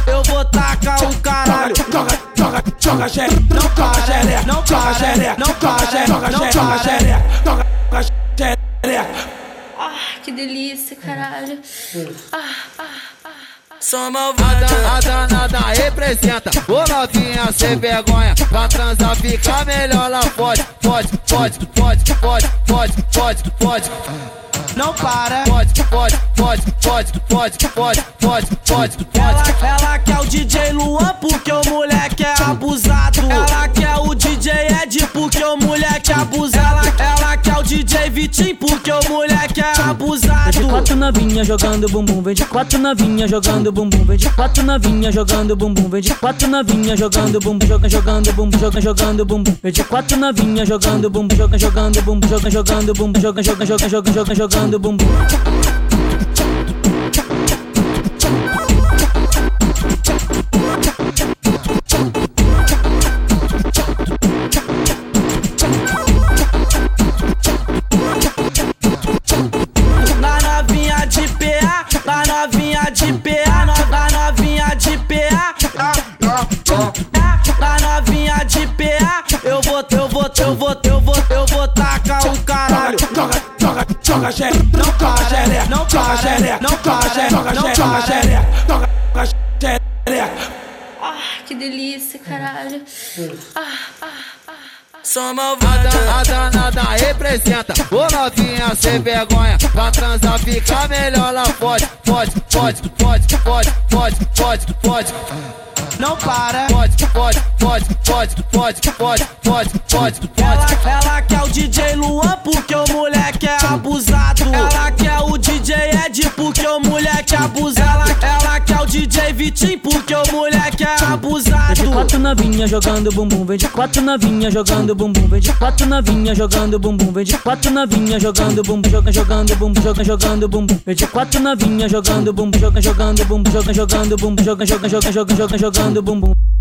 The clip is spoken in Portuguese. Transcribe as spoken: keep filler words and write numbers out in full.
eu vou tacar o caralho. Joga, joga, joga xereca, não joga xereca, não joga xereca, não joga xereca, joga xereca, joga xereca. Ah, que delícia, caralho. Ah, ah, ah. Sou malvada, a danada representa. Ô novinha sem vergonha, pra transar fica melhor lá. Pode, pode, pode, pode, pode, pode, pode, pode. Não para. Pode, pode, pode, pode, pode, pode, pode, pode. Ela, ela quer o D J Luan porque o moleque é abusado. Ela quer o D J Ed porque o moleque é abusado. Ela, ela quer o D J Vitinho porque o moleque é abusado. Vem de quatro novinha jogando bumbum, vem de quatro novinha jogando bumbum, vem de quatro novinha jogando bumbum, vem de quatro novinha jogando bumbum, joga jogando bumbum, joga jogando bumbum, vem de quatro novinha jogando bumbum, joga jogando bumbum, joga jogando bumbum, joga joga joga joga joga jogando bumbum. Na novinha de P A, na novinha de P A, na novinha de P A, na novinha de P A, eu vou, eu vou, eu vou, eu vou, eu vou tacar o caralho. Joga, joga, joga xereca, não joga xereca, não joga xereca, não joga xereca, joga xereca, joga xereca. Ah, que delícia, caralho. Ah, ah, ah. Sou malvada, a danada representa. Ô novinha sem vergonha, pra transar fica melhor lá. Pode, pode, pode, pode, pode, pode, pode, pode. Não para. Pode, pode, pode, pode, pode, pode, pode, pode. Ela, ela quer o D J Luan porque o moleque é abusado. Ela quer o D J Ed porque o moleque é abusado. Ela, ela quer o D J Vitinho porque o moleque é abusado. Vem de quatro novinha jogando bumbum, vem de quatro novinha jogando bumbum, vem de quatro novinha jogando bumbum, vem de quatro novinha jogando bumbum, joga jogando bumbum, joga jogando bumbum, vem de quatro novinha jogando bumbum, joga jogando bumbum, joga jogando bumbum, joga joga joga joga joga jogando bumbum.